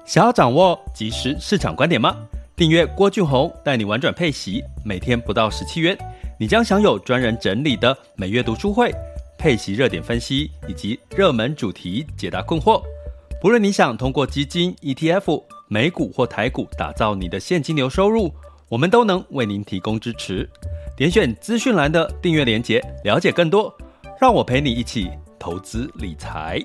想要掌握即时市场观点吗？订阅郭俊宏带你玩转配息，每天不到17元，你将享有专人整理的每月读书会、配息热点分析以及热门主题解答困惑。不论你想通过基金、ETF、美股或台股打造你的现金流收入，我们都能为您提供支持。点选资讯栏的订阅连结，了解更多。让我陪你一起投资理财。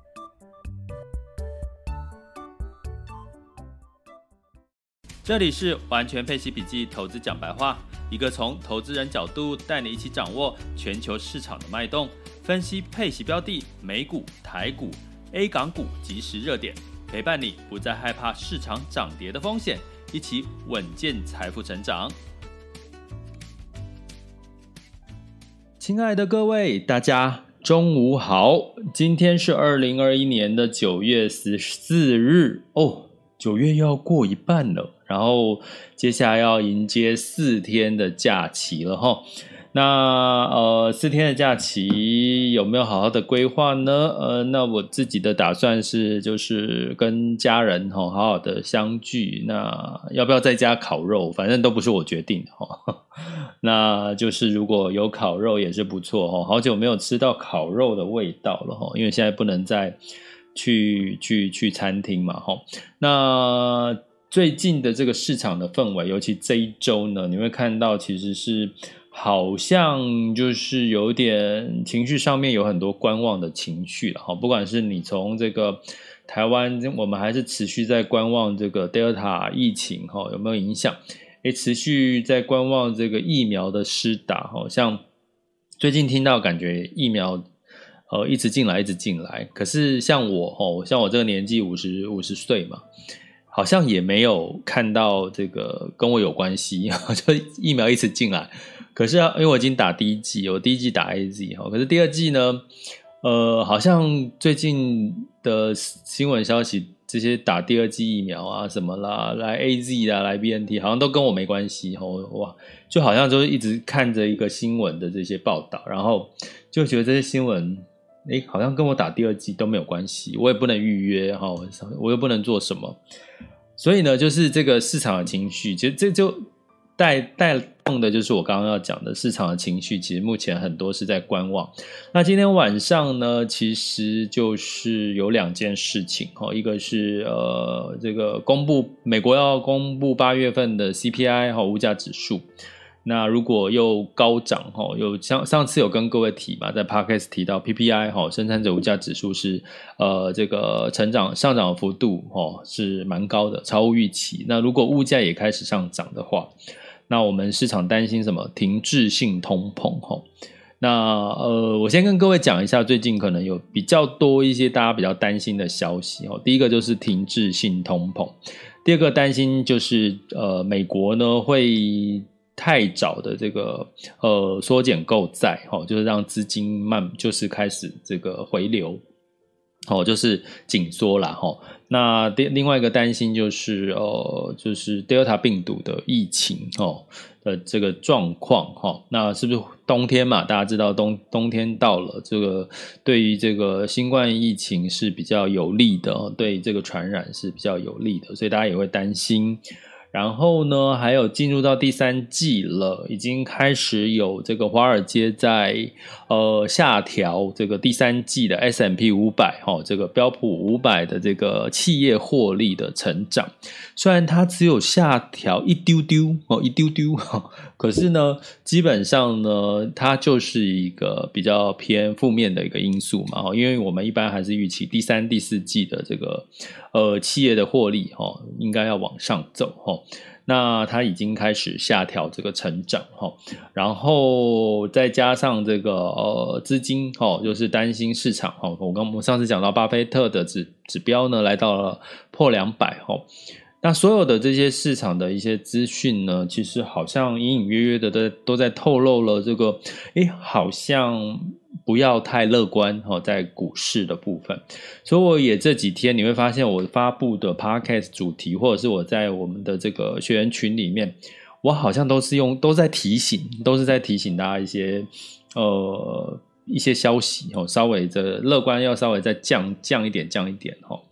这里是完全配息笔记投资讲白话，一个从投资人角度带你一起掌握全球市场的脉动，分析配息标的、美股、台股、A 港股即时热点，陪伴你不再害怕市场涨跌的风险，一起稳健财富成长。亲爱的各位，大家中午好，今天是2021年的9月14日哦，9月又要过一半了，然后接下来要迎接4天的假期了齁。那4天的假期有没有好好的规划呢？那我自己的打算是就是跟家人好好的相聚，那要不要在家烤肉，反正都不是我决定的那就是如果有烤肉也是不错好久没有吃到烤肉的味道了因为现在不能再去餐厅嘛那最近的这个市场的氛围，尤其这一周呢，你会看到其实是好像就是有点情绪上面有很多观望的情绪了不管是你从这个台湾，我们还是持续在观望这个 Delta 疫情有没有影响，持续在观望这个疫苗的施打像最近听到感觉疫苗一直进来，可是像我这个年纪50岁嘛，好像也没有看到这个跟我有关系就疫苗一直进来，可是因为我已经打第一剂，我第一剂打 AZ 可是第二剂呢好像最近的新闻消息，这些打第二剂疫苗啊什么啦，来 AZ 啦，来 BNT 好像都跟我没关系哇，就好像就是一直看着一个新闻的这些报道，然后就觉得这些新闻好像跟我打第二剂都没有关系，我也不能预约我又不能做什么，所以呢就是这个市场的情绪，其实这就带动的就是我刚刚要讲的市场的情绪，其实目前很多是在观望。那今天晚上呢，其实就是有2件事情一个是这个美国要公布8月份的 CPI 物价指数，那如果又高涨有上次有跟各位提嘛，在 Podcast 提到 PPI 生产者物价指数是这个上涨的幅度是蛮高的，超乎预期。那如果物价也开始上涨的话，那我们市场担心什么？停滞性通膨那我先跟各位讲一下最近可能有比较多一些大家比较担心的消息第一个就是停滞性通膨，第二个担心就是美国呢会太早的这个缩减购债就是让资金就是开始这个回流就是紧缩啦那另外一个担心就是就是 Delta 病毒的疫情的这个状况那是不是冬天嘛，大家知道冬天到了，这个对于这个新冠疫情是比较有利的对这个传染是比较有利的，所以大家也会担心。然后呢还有进入到第3季了，已经开始有这个华尔街在下调这个第3季的 S&P 500这个标普500的这个企业获利的成长，虽然它只有下调一丢丢可是呢基本上呢它就是一个比较偏负面的一个因素嘛因为我们一般还是预期第3、第4季的这个企业的获利应该要往上走那它已经开始下调这个成长然后再加上这个资金就是担心市场我们上次讲到巴菲特的指标呢来到了破200那所有的这些市场的一些资讯呢，其实好像隐隐约约的都在透露了这个好像不要太乐观在股市的部分。所以我也这几天你会发现我发布的 Podcast 主题，或者是我在我们的这个学员群里面，我好像都是在提醒大家一些消息稍微的乐观要稍微再降一点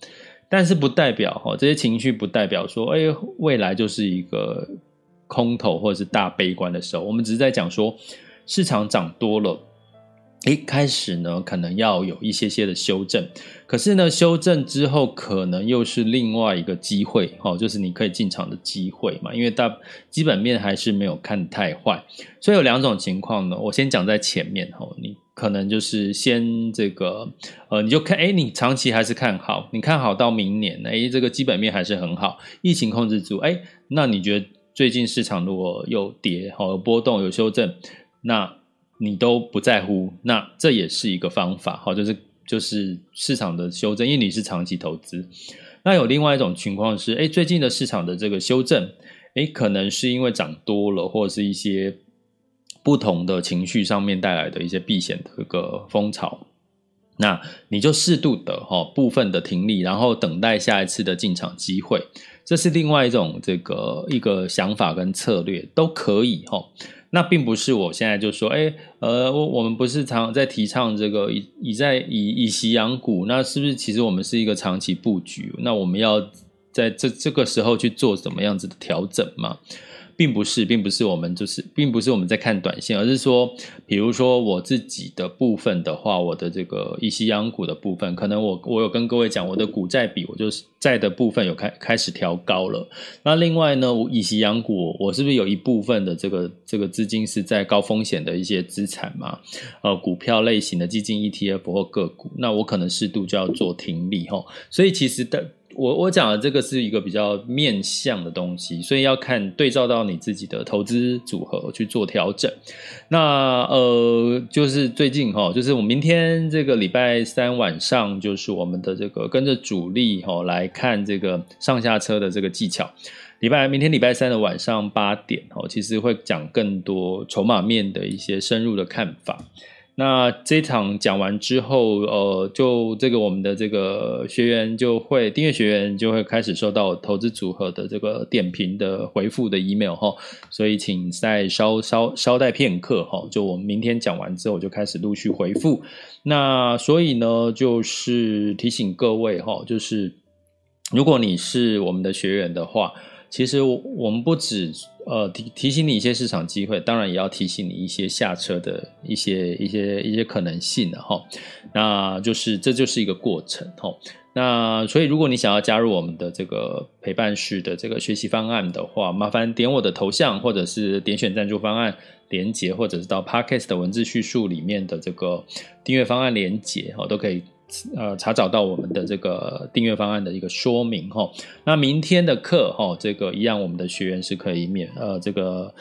但是不代表这些情绪不代表说未来就是一个空头或者是大悲观的时候，我们只是在讲说市场涨多了，开始呢可能要有一些的修正，可是呢修正之后可能又是另外一个机会，就是你可以进场的机会嘛，因为基本面还是没有看太坏，所以有两种情况呢，我先讲在前面，你可能就是先这个你就看你长期还是看好，你看好到明年这个基本面还是很好，疫情控制住，那你觉得最近市场如果有跌有波动有修正，那你都不在乎，那这也是一个方法，就是市场的修正，因为你是长期投资。那有另外一种情况是最近的市场的这个修正可能是因为涨多了，或者是一些不同的情绪上面带来的一些避险的一个风潮，那你就适度的部分的停利，然后等待下一次的进场机会，这是另外一种一个想法跟策略都可以那并不是我现在就说我们不是常在提倡这个以息养股，那是不是其实我们是一个长期布局，那我们要在这个时候去做什么样子的调整吗？并不是我们在看短线，而是说比如说我自己的部分的话，我的这个以息养股的部分，可能我有跟各位讲我的股债比，我就是债的部分有开始调高了，那另外呢我以息养股，我是不是有一部分的这个资金是在高风险的一些资产嘛，股票类型的基金 ETF 或个股，那我可能适度就要做停利所以其实我讲的这个是一个比较面向的东西，所以要看对照到你自己的投资组合去做调整。那就是最近就是我明天这个礼拜三晚上，就是我们的这个跟着主力来看这个上下车的这个技巧。明天礼拜三的晚上8点其实会讲更多筹码面的一些深入的看法。那这一场讲完之后就这个我们的这个订阅学员就会开始收到投资组合的这个点评的回复的 email 所以请再稍待片刻就我们明天讲完之后就开始陆续回复。那所以呢就是提醒各位就是如果你是我们的学员的话，其实我们不只提醒你一些市场机会，当然也要提醒你一些下车的一些可能性那这就是一个过程那所以如果你想要加入我们的这个陪伴式的这个学习方案的话，麻烦点我的头像，或者是点选赞助方案连结，或者是到 Podcast 的文字叙述里面的这个订阅方案连结都可以查找到我们的这个订阅方案的一个说明那明天的课这个一样，我们的学员是可以这个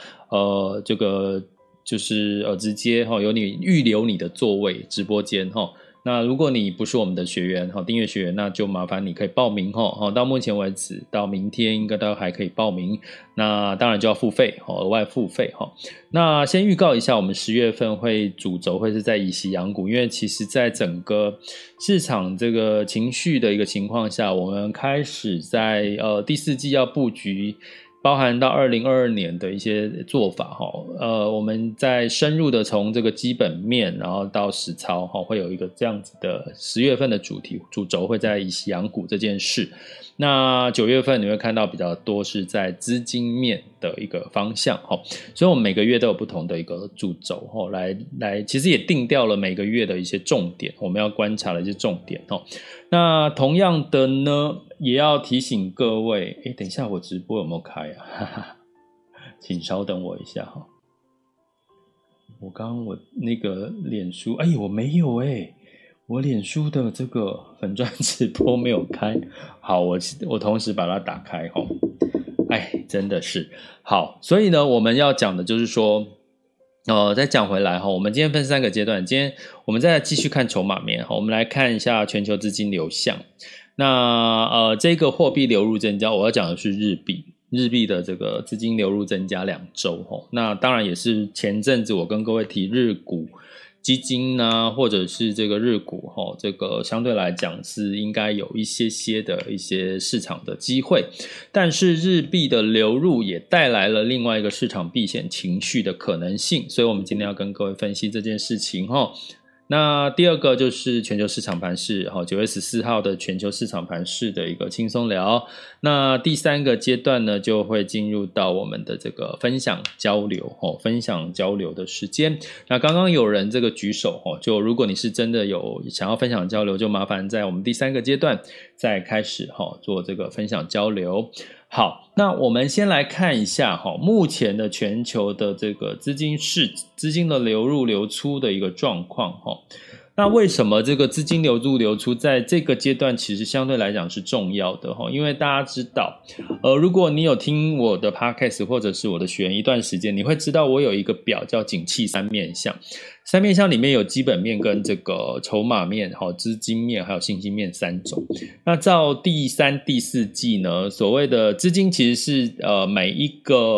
就是直接由你预留你的座位直播间那如果你不是我们的学员订阅学员，那就麻烦你可以报名到目前为止到明天应该都还可以报名，那当然就要付费额外付费那先预告一下，我们10月份主轴会是在以息养股，因为其实在整个市场这个情绪的一个情况下，我们开始在第4季要布局包含到2022年的一些做法我们在深入的从这个基本面然后到实操会有一个这样子的10月份的主轴会在以息养股这件事。那9月份你会看到比较多是在资金面的一个方向所以我们每个月都有不同的一个主轴来其实也定掉了每个月的一些重点，我们要观察的一些重点那同样的呢也要提醒各位等一下我直播有没有开请稍等我一下我那个脸书我没有我脸书的这个粉专直播没有开，好我同时把它打开真的是好，所以呢我们要讲的就是说再讲回来我们今天分3个阶段，今天我们再继续看筹码面我们来看一下全球资金流向。那这个货币流入增加，我要讲的是日币的这个资金流入增加2周那当然也是前阵子我跟各位提日股基金或者是这个日股这个相对来讲是应该有一些的一些市场的机会，但是日币的流入也带来了另外一个市场避险情绪的可能性，所以我们今天要跟各位分析这件事情那第二个就是全球市场盘势，9月14号的全球市场盘势的一个轻松聊。那第三个阶段呢，就会进入到我们的这个分享交流分享交流的时间。那刚刚有人这个举手就如果你是真的有想要分享交流，就麻烦在我们第三个阶段再开始做这个分享交流。好，那我们先来看一下目前的全球的这个资金的流入流出的一个状况那为什么这个资金流入流出在这个阶段其实相对来讲是重要的因为大家知道如果你有听我的 podcast 或者是我的学员一段时间，你会知道我有一个表叫景气三面向。三面向里面有基本面跟这个筹码面资金面还有信心面三种。那照第三第四季呢，所谓的资金其实是每一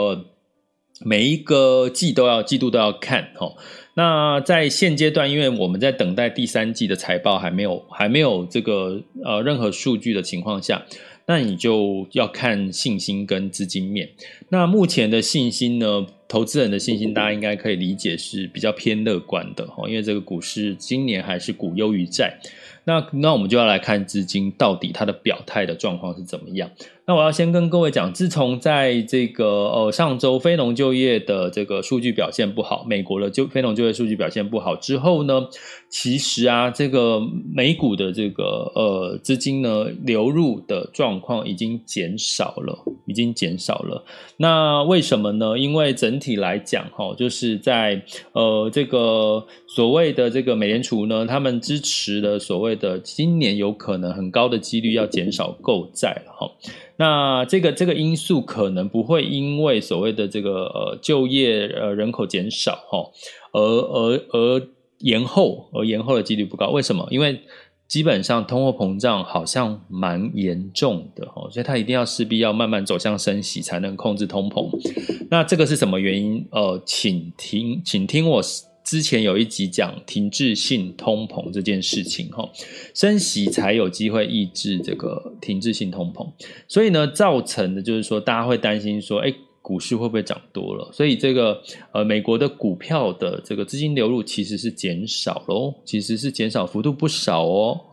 个季度都要看那在现阶段，因为我们在等待第三季的财报还没有这个任何数据的情况下，那你就要看信心跟资金面。那目前的信心呢，投资人的信心大家应该可以理解是比较偏乐观的因为这个股市今年还是股优于债。那我们就要来看资金到底它的表态的状况是怎么样。那我要先跟各位讲，自从在这个上周非农就业的这个数据表现不好，美国的非农就业数据表现不好之后呢，其实这个美股的这个资金呢流入的状况已经减少了。那为什么呢？因为整体来讲就是在这个所谓的这个美联储呢，他们支持的所谓的今年有可能很高的几率要减少购债了那这个因素可能不会因为所谓的这个就业人口减少而延后的几率不高。为什么？因为基本上通货膨胀好像蛮严重的所以它一定要势必要慢慢走向升息才能控制通膨。那这个是什么原因？请听我之前有一集讲停滞性通膨这件事情升息才有机会抑制这个停滞性通膨。所以呢，造成的就是说大家会担心说股市会不会涨多了，所以这个美国的股票的这个资金流入其实是减少咯，其实是减少幅度不少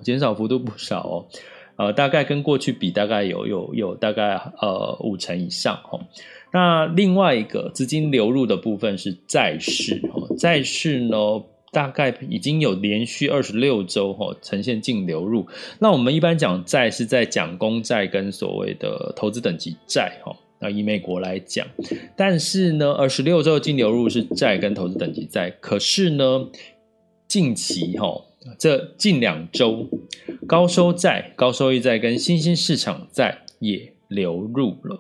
大概跟过去比大概有大概50%以上那另外一个资金流入的部分是债市债市呢大概已经有连续26周呈现净流入。那我们一般讲债是在讲公债跟所谓的投资等级债那以美国来讲，但是呢26周的净流入是债跟投资等级债，可是呢近期这近2周高收益债跟新兴市场债也流入了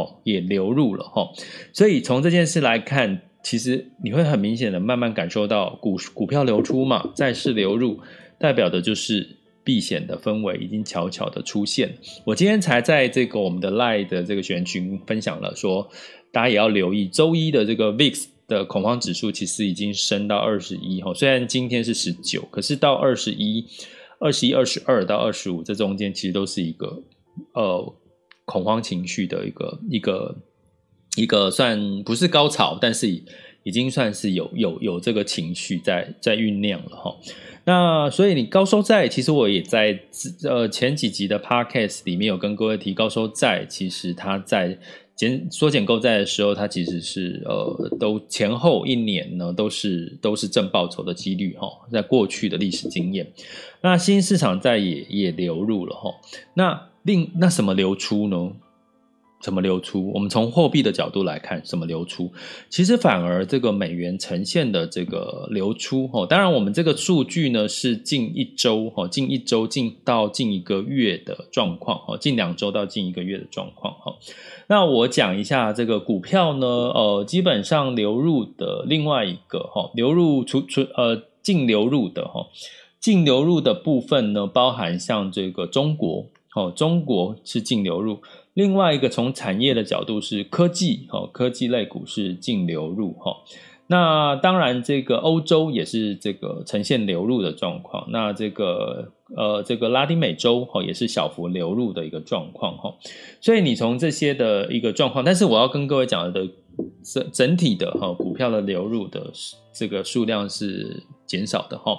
所以从这件事来看，其实你会很明显的慢慢感受到股票流出嘛，债市流入代表的就是避险的氛围已经悄悄的出现。我今天才在这个我们的 LINE 的这个学员群分享了说，大家也要留意周一的这个 VIX 的恐慌指数其实已经升到21虽然今天是19，可是到21、22到25这中间其实都是一个恐慌情绪的一个算不是高潮，但是已经算是有这个情绪在酝酿了那所以你高收债，其实我也在前几集的 podcast 里面有跟各位提，高收债其实它在缩减购债的时候，它其实是都前后1年呢都是正报酬的几率在过去的历史经验。那新市场债也流入了那什么流出呢？怎么流出？我们从货币的角度来看，什么流出？其实反而这个美元呈现的这个流出当然我们这个数据呢是近1周到近1个月的状况近2周到近1个月的状况那我讲一下这个股票呢基本上流入的另外一个净流入的部分呢，包含像这个中国是净流入。另外一个从产业的角度是科技类股是净流入那当然这个欧洲也是这个呈现流入的状况，那这个拉丁美洲也是小幅流入的一个状况所以你从这些的一个状况，但是我要跟各位讲的整体的股票的流入的这个数量是减少的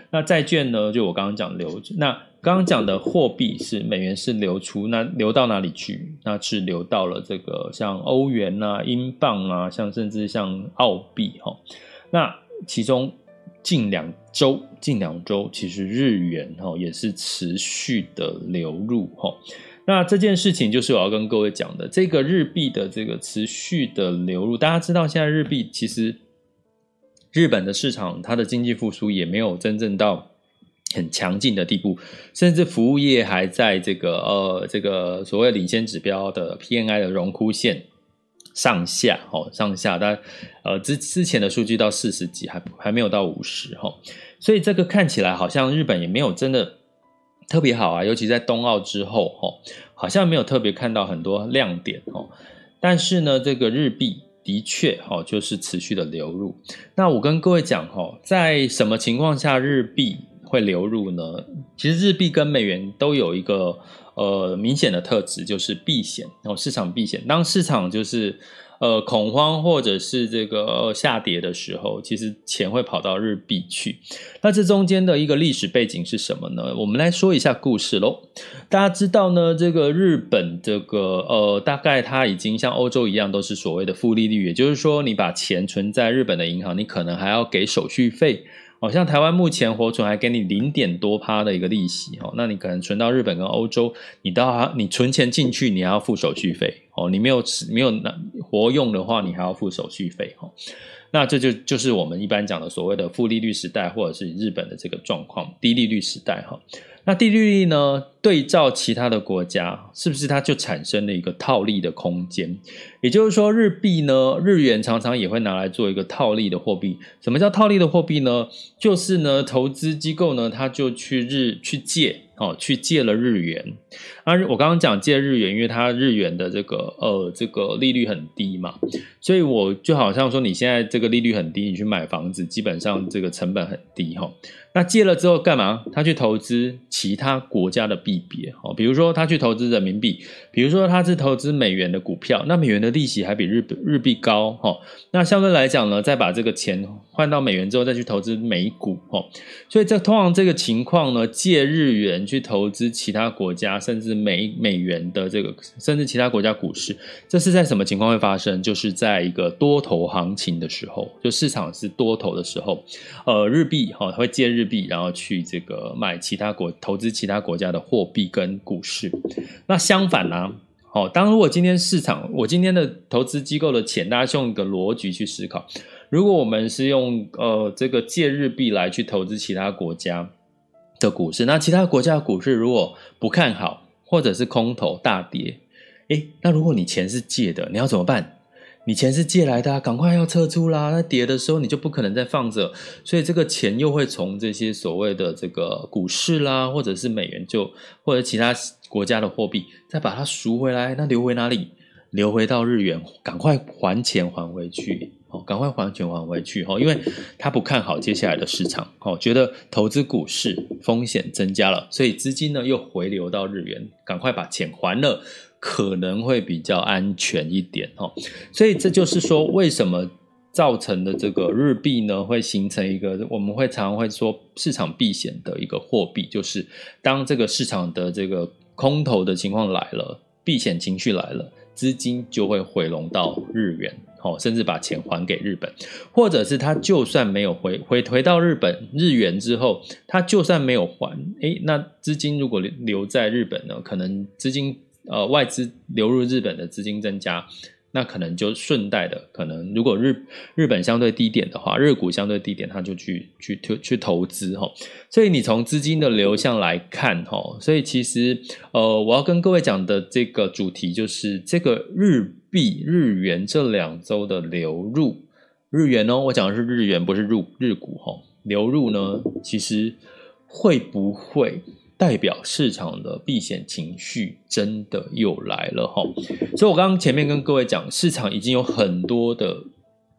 那债券呢，就我刚刚讲流，那刚刚讲的货币是美元是流出，那流到哪里去？那是流到了这个像欧元啊、英镑啊，甚至像澳币哈。那其中近两周其实日元也是持续的流入哈。那这件事情就是我要跟各位讲的，这个日币的这个持续的流入，大家知道现在日币其实日本的市场它的经济复苏也没有真正到很强劲的地步，甚至服务业还在这个所谓领先指标的 PMI 的荣枯线上下，但之前的数据到40几，还没有到50，所以这个看起来好像日本也没有真的特别好啊，尤其在冬奥之后，好像没有特别看到很多亮点，但是呢，这个日币的确就是持续的流入。那我跟各位讲，在什么情况下日币会流入呢？其实日币跟美元都有一个明显的特质，就是避险，市场避险。当市场就是恐慌或者是这个下跌的时候，其实钱会跑到日币去。那这中间的一个历史背景是什么呢？我们来说一下故事咯。大家知道呢，这个日本这个大概它已经像欧洲一样都是所谓的负利率，也就是说你把钱存在日本的银行，你可能还要给手续费。像台湾目前活存还给你0.多%的一个利息，那你可能存到日本跟欧洲，你存钱进去你还要付手续费，你没有活用的话你还要付手续费，那这就是我们一般讲的所谓的负利率时代，或者是日本的这个状况低利率时代。那低利率呢，对照其他的国家，是不是它就产生了一个套利的空间？也就是说日币呢，日元常常也会拿来做一个套利的货币。什么叫套利的货币呢？就是呢，投资机构呢，它就去借了日元。我刚刚讲借日元，因为它日元的这个利率很低嘛，所以我就好像说你现在这个利率很低，你去买房子基本上这个成本很低。那借了之后干嘛？他去投资其他国家的币别，比如说他去投资人民币，比如说他是投资美元的股票，那美元的利息还比日币高，那相对来讲呢，再把这个钱换到美元之后再去投资美股，所以通常这个情况呢，借日元去投资其他国家甚至美元的这个甚至其他国家股市，这是在什么情况会发生？就是在一个多头行情的时候，就市场是多头的时候，日币会借日币，然后去这个买投资其他国家的货币跟股市。那相反啊，如果今天我今天的投资机构的钱，大家用一个逻辑去思考，如果我们是用这个借日币来去投资其他国家的股市，那其他国家的股市如果不看好，或者是空头大跌，那如果你钱是借的，你要怎么办？你钱是借来的啊，赶快要撤出啦，那跌的时候你就不可能再放着，所以这个钱又会从这些所谓的这个股市啦，或者是美元或者其他国家的货币再把它赎回来，那流回哪里？流回到日元，赶快还钱还回去，赶快还钱还回去，因为他不看好接下来的市场，觉得投资股市风险增加了，所以资金呢又回流到日元，赶快把钱还了，可能会比较安全一点。所以这就是说为什么造成的这个日币呢会形成一个我们常常会说市场避险的一个货币，就是当这个市场的这个空头的情况来了，避险情绪来了，资金就会回笼到日元，甚至把钱还给日本，或者是他就算没有回到日元之后，他就算没有还，那资金如果留在日本呢，可能外资流入日本的资金增加，那可能就顺带的，可能如果日本相对低点的话，日股相对低点，他就去投资。所以你从资金的流向来看，所以其实我要跟各位讲的这个主题就是这个日币日元这2周的流入，日元我讲的是日元，不是日股流入呢，其实会不会代表市场的避险情绪真的又来了所以我刚刚前面跟各位讲，市场已经有很多的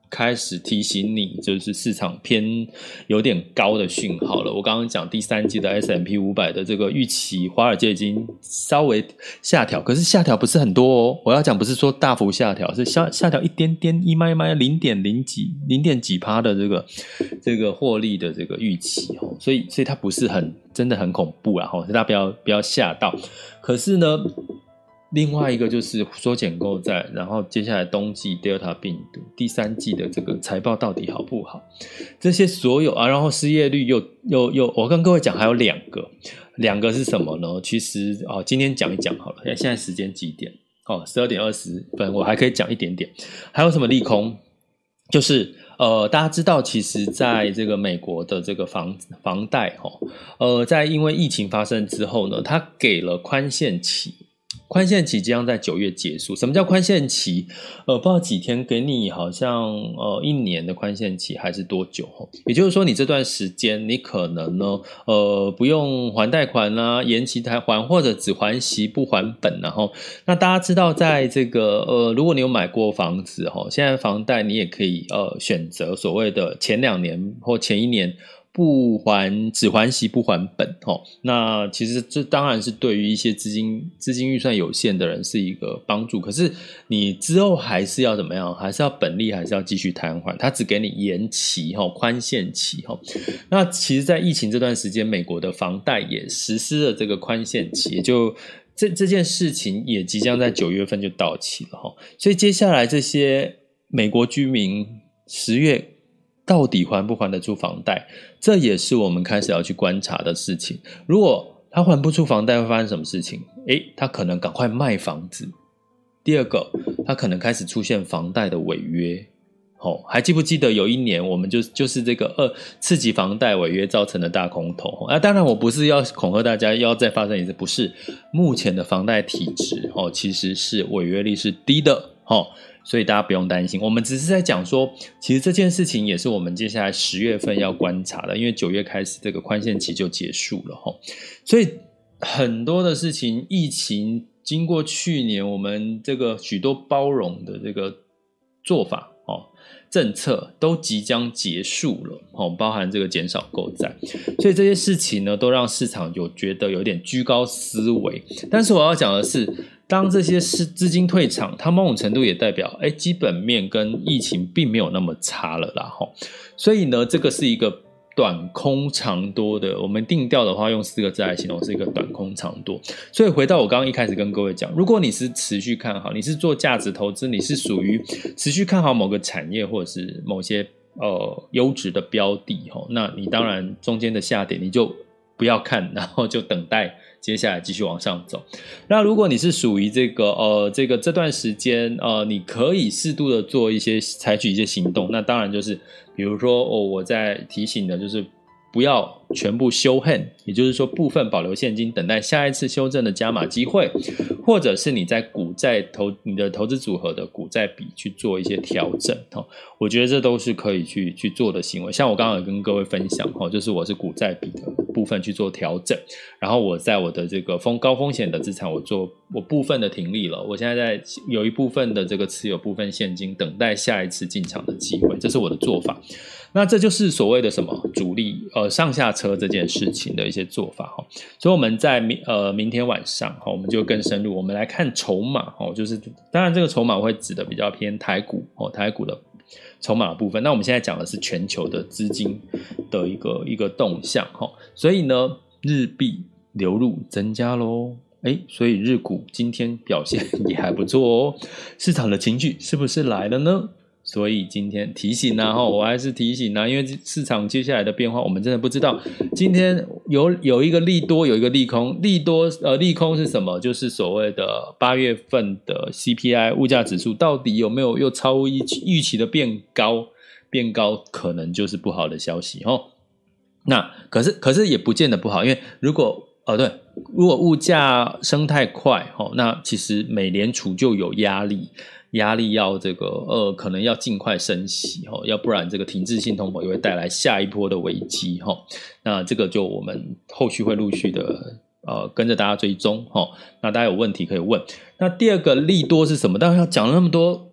开始提醒你，就是市场偏有点高的讯号了。我刚刚讲第三季的 S&P 500的这个预期，华尔街已经稍微下调，可是下调不是很多哦。我要讲不是说大幅下调，是下调一点点，一麦0.0几%的这个获利的这个预期哦，所以它不是真的很恐怖啦，所以大家不要吓到。可是呢，另外一个就是缩减购债，然后接下来冬季 Delta 病毒，第三季的这个财报到底好不好？这些所有啊，然后失业率又，我跟各位讲还有两个是什么呢？其实今天讲一讲好了。现在时间几点？12点20分，我还可以讲一点点。还有什么利空？就是大家知道，其实在这个美国的这个房贷在因为疫情发生之后呢，它给了宽限期。宽限期即将在9月结束。什么叫宽限期？不知道几天，给你好像1年的宽限期还是多久？也就是说，你这段时间你可能呢不用还贷款啦，延期还或者只还息不还本。然后，那大家知道，在这个如果你有买过房子现在房贷你也可以选择所谓的前2年或前1年。只还息不还本那其实这当然是对于一些资金预算有限的人是一个帮助，可是你之后还是要怎么样？还是要本利，还是要继续摊还？它只给你延期宽限期那其实在疫情这段时间，美国的房贷也实施了这个宽限期，也就这件事情也即将在9月份就到期了所以接下来这些美国居民10月到底还不还得出房贷，这也是我们开始要去观察的事情。如果他还不出房贷，会发生什么事情？他可能赶快卖房子。第二个，他可能开始出现房贷的违约。还记不记得有一年我们就是这个次级房贷违约造成的大空头当然我不是要恐吓大家要再发生一次，不是。目前的房贷体质其实是违约率是低的所以大家不用担心，我们只是在讲说，其实这件事情也是我们接下来10月份要观察的，因为9月开始这个宽限期就结束了所以很多的事情，疫情经过去年我们这个许多包容的这个做法政策都即将结束了包含这个减少购债，所以这些事情呢都让市场觉得有点居高思维。但是我要讲的是，当这些资金退场，它某种程度也代表基本面跟疫情并没有那么差了啦所以呢，这个是一个短空长多的，我们定调的话用4个字来形容，是一个短空长多。所以回到我刚刚一开始跟各位讲，如果你是持续看好，你是做价值投资，你是属于持续看好某个产业或者是某些优质的标的那你当然中间的下跌你就不要看，然后就等待接下来继续往上走。那如果你是属于这段时间你可以适度的采取一些行动，那当然就是比如说我在提醒的就是不要全部修 hand， 也就是说部分保留现金等待下一次修正的加码机会，或者是你在股债你的投资组合的股债比去做一些调整我觉得这都是可以去做的行为。像我刚刚有跟各位分享就是我是股债比的部分去做调整，然后我在我的这个高风险的资产我部分的停利了，我现在有一部分的这个持有部分现金等待下一次进场的机会，这是我的做法。那这就是所谓的什么主力上下车这件事情的一些做法所以我们在明天晚上我们就更深入，我们来看筹码就是当然这个筹码会指的比较偏台股的筹码的部分。那我们现在讲的是全球的资金的一个动向所以呢日币流入增加咯所以日股今天表现也还不错市场的情绪是不是来了呢？所以今天提醒我还是提醒因为市场接下来的变化我们真的不知道。今天有一个利多，有一个利空。利空是什么？就是所谓的8月份的 CPI 物价指数到底有没有又超乎预期的变高可能就是不好的消息那可是也不见得不好，因为如果物价升太快那其实美联储就有压力要这个可能要尽快升息要不然这个停滞性通膨也会带来下一波的危机那这个就我们后续会陆续的跟着大家追踪那大家有问题可以问。那第二个利多是什么？当然要讲了那么多，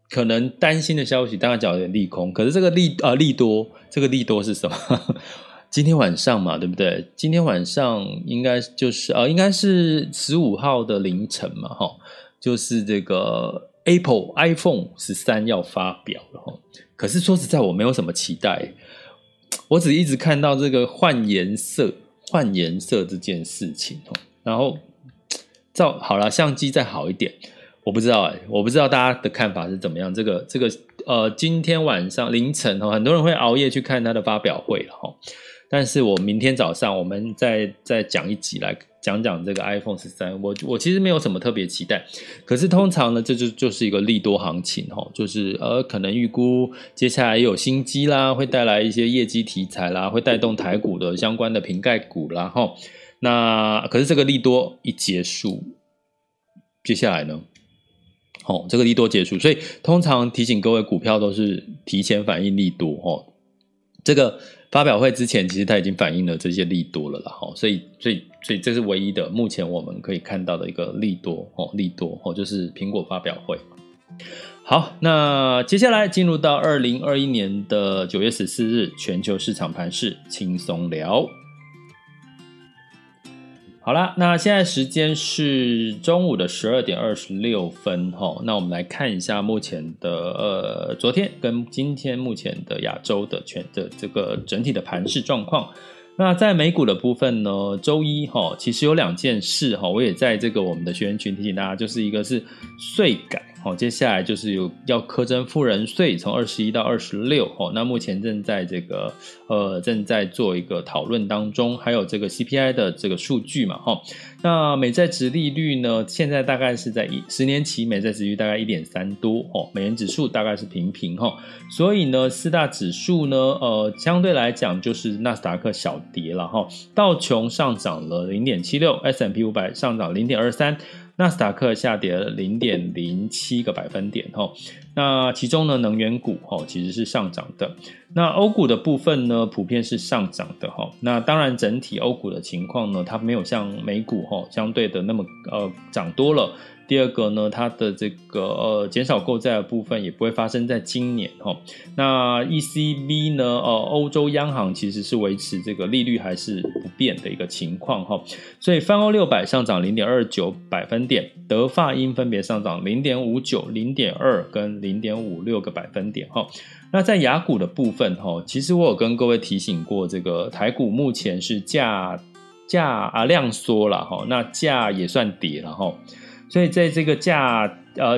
可能担心的消息，当然讲有点利空，可是这个利多，这个利多是什么？今天晚上嘛，对不对？今天晚上应该就是应该是15号的凌晨嘛，就是这个 iPhone 13要发表了哈。可是说实在，我没有什么期待，我只一直看到这个换颜色这件事情然后好啦，相机再好一点。我不知道大家的看法是怎么样。这个今天晚上凌晨很多人会熬夜去看他的发表会了但是我明天早上我们再讲一集来讲这个 iPhone 13，我其实没有什么特别期待，可是通常呢，这就是一个利多行情就是可能预估接下来有新机啦，会带来一些业绩题材啦，会带动台股的相关的瓶盖股啦那可是这个利多一结束，接下来呢？这个利多结束，所以通常提醒各位，股票都是提前反应利多这个发表会之前，其实它已经反映了这些利多了啦所以这是唯一的目前我们可以看到的一个利多就是苹果发表会。好，那接下来进入到2021年的9月14日全球市场盘势轻松聊。好啦，那现在时间是中午的12点26分那我们来看一下目前的昨天跟今天目前的亚洲的这个整体的盘势状况。那在美股的部分呢，周一其实有2件事我也在这个我们的学员群提醒大家，就是一个是税改接下来就是要课征富人税，从21到26那目前正在正在做一个讨论当中，还有这个 CPI 的这个数据嘛那美债殖利率呢，现在大概是在10年期美债殖利率大概 1.3 多美元指数大概是平所以呢4大指数呢相对来讲就是纳斯达克小跌了道琼上涨了 0.76， S&P 500上涨 0.23，纳斯达克下跌了 0.07 个百分点那其中呢能源股其实是上涨的，那欧股的部分呢普遍是上涨的那当然整体欧股的情况呢，它没有像美股相对的那么涨多了。第二个呢，它的这个减少购债的部分也不会发生在今年那 ECB 呢欧洲央行其实是维持这个利率还是不变的一个情况所以泛欧600上涨 0.29 百分点，德法英分别上涨 0.59 0.2 跟 0.56 个百分点那在亚股的部分其实我有跟各位提醒过，这个台股目前是量缩啦那价也算跌了所以在这个价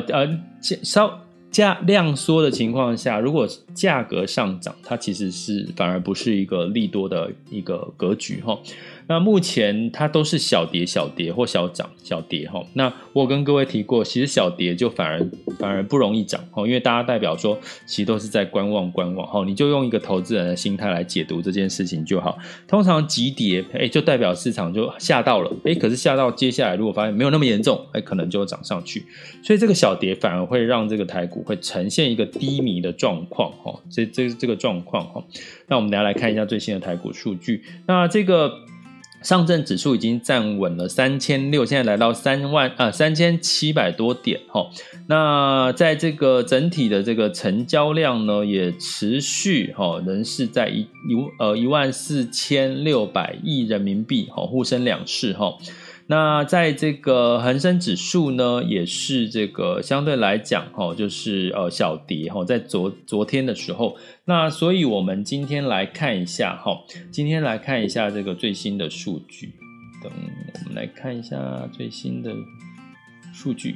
量缩的情况下，如果价格上涨，它其实是反而不是一个利多的一个格局那目前它都是小跌或小涨小跌那我跟各位提过，其实小跌就反而不容易涨因为大家代表说其实都是在观望你就用一个投资人的心态来解读这件事情就好。通常急跌就代表市场就吓到了可是吓到接下来如果发现没有那么严重可能就涨上去，所以这个小跌反而会让这个台股会呈现一个低迷的状况这个状况那我们等一下来看一下最新的台股数据。那这个上证指数已经站稳了3600，现在来到3700多点那在这个整体的这个成交量呢，也持续仍是在14600亿人民币沪深两市那在这个恒生指数呢，也是这个相对来讲就是小跌在昨天的时候。那所以我们今天来看一下这个最新的数据。等我们来看一下最新的数据。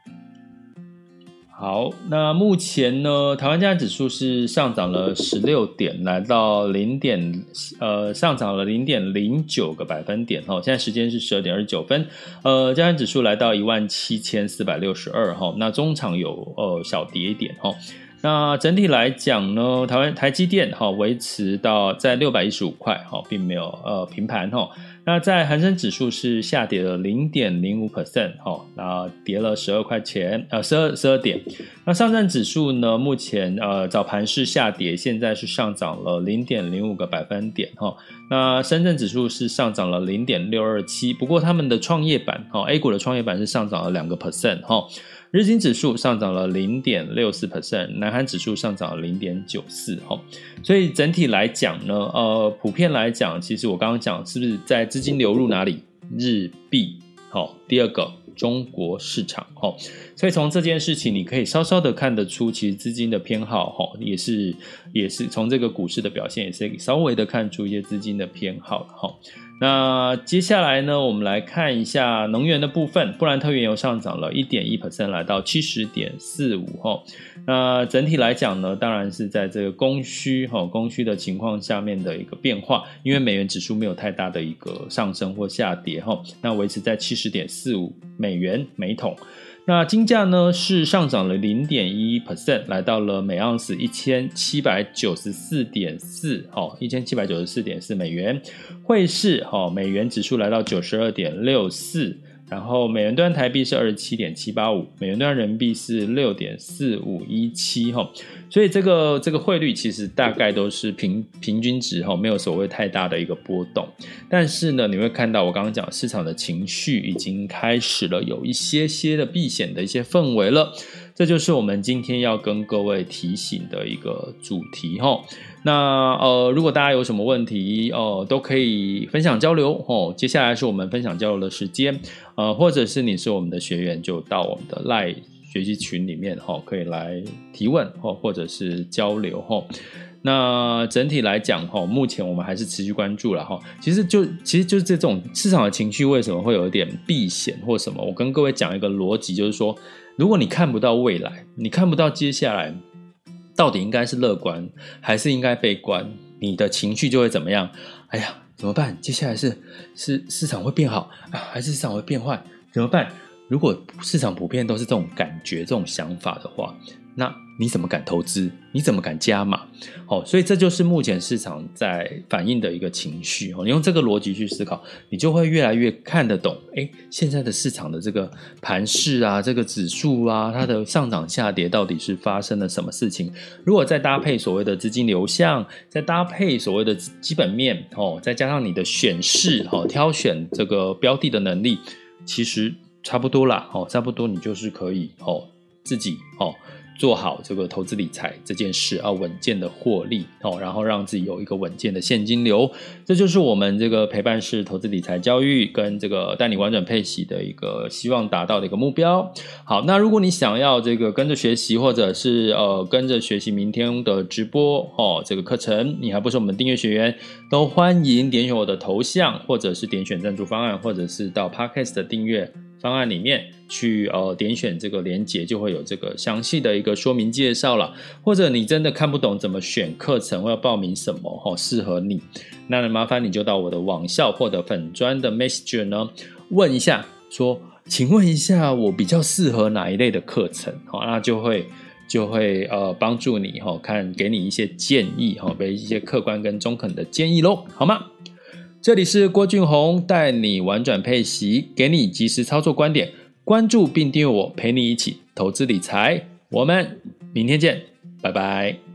好，那目前呢，台湾加权指数是上涨了16点，来到上涨了 0.09 个百分点现在时间是12点29分。加权指数来到17462那中场有小跌一点那整体来讲呢，台积电维持到在615块并没有平盘那在恒生指数是下跌了 0.05% 那跌了12点。那上证指数呢，目前早盘是下跌，现在是上涨了 0.05 个百分点那深圳指数是上涨了 0.627， 不过他们的创业板A 股的创业板是上涨了2%。 日经指数上涨了 0.64%， 南韩指数上涨了 0.94%。所以整体来讲呢，普遍来讲，其实我刚刚讲是不是在资金流入哪里？日币。第二个中国市场。所以从这件事情你可以稍稍的看得出，其实资金的偏好也是从这个股市的表现也是稍微的看出一些资金的偏好。那接下来呢，我们来看一下能源的部分，布兰特原油上涨了 1.1%， 来到 70.45。那整体来讲呢，当然是在这个供需的情况下面的一个变化，因为美元指数没有太大的一个上升或下跌，那维持在 70.45 美元每桶。那金价呢是上涨了 0.1%， 来到了每盎司 1794.4 1794.4美元。汇市美元指数来到 92.64， 然后美元兑换台币是 27.785， 美元兑换人民币是 6.4517。所以这个汇率其实大概都是平均值，没有所谓太大的一个波动。但是呢，你会看到我刚刚讲市场的情绪已经开始了有一些的避险的一些氛围了，这就是我们今天要跟各位提醒的一个主题。那如果大家有什么问题都可以分享交流接下来是我们分享交流的时间，或者是你是我们的学员，就到我们的 LINE 学习群里面可以来提问或者是交流那整体来讲目前我们还是持续关注了其实就是这种市场的情绪为什么会有一点避险或什么，我跟各位讲一个逻辑，就是说如果你看不到未来，你看不到接下来到底应该是乐观还是应该悲观，你的情绪就会怎么样？哎呀怎么办？接下来是市场会变好还是市场会变坏？怎么办？如果市场普遍都是这种感觉这种想法的话，那你怎么敢投资？你怎么敢加码？所以这就是目前市场在反映的一个情绪你用这个逻辑去思考，你就会越来越看得懂现在的市场的这个盘势啊，这个指数啊，它的上涨下跌到底是发生了什么事情。如果再搭配所谓的资金流向，再搭配所谓的基本面再加上你的选市挑选这个标的的能力，其实差不多啦差不多你就是可以自己做好这个投资理财这件事，要稳健的获利然后让自己有一个稳健的现金流，这就是我们这个陪伴式投资理财教育跟这个带你玩转配息的一个希望达到的一个目标。好，那如果你想要这个跟着学习，或者是跟着学习明天的直播这个课程，你还不是我们订阅学员，都欢迎点选我的头像，或者是点选赞助方案，或者是到 Podcast 的订阅方案里面去点选这个连结，就会有这个详细的一个说明介绍了。或者你真的看不懂怎么选课程或要报名什么适合你，那麻烦你就到我的网校或者粉专的 Messenger 呢问一下，说请问一下我比较适合哪一类的课程那就会帮助你给你一些建议给一些客观跟中肯的建议咯，好吗？这里是郭俊宏，带你玩转配息，给你及时操作观点，关注并订阅我，陪你一起投资理财，我们明天见，拜拜。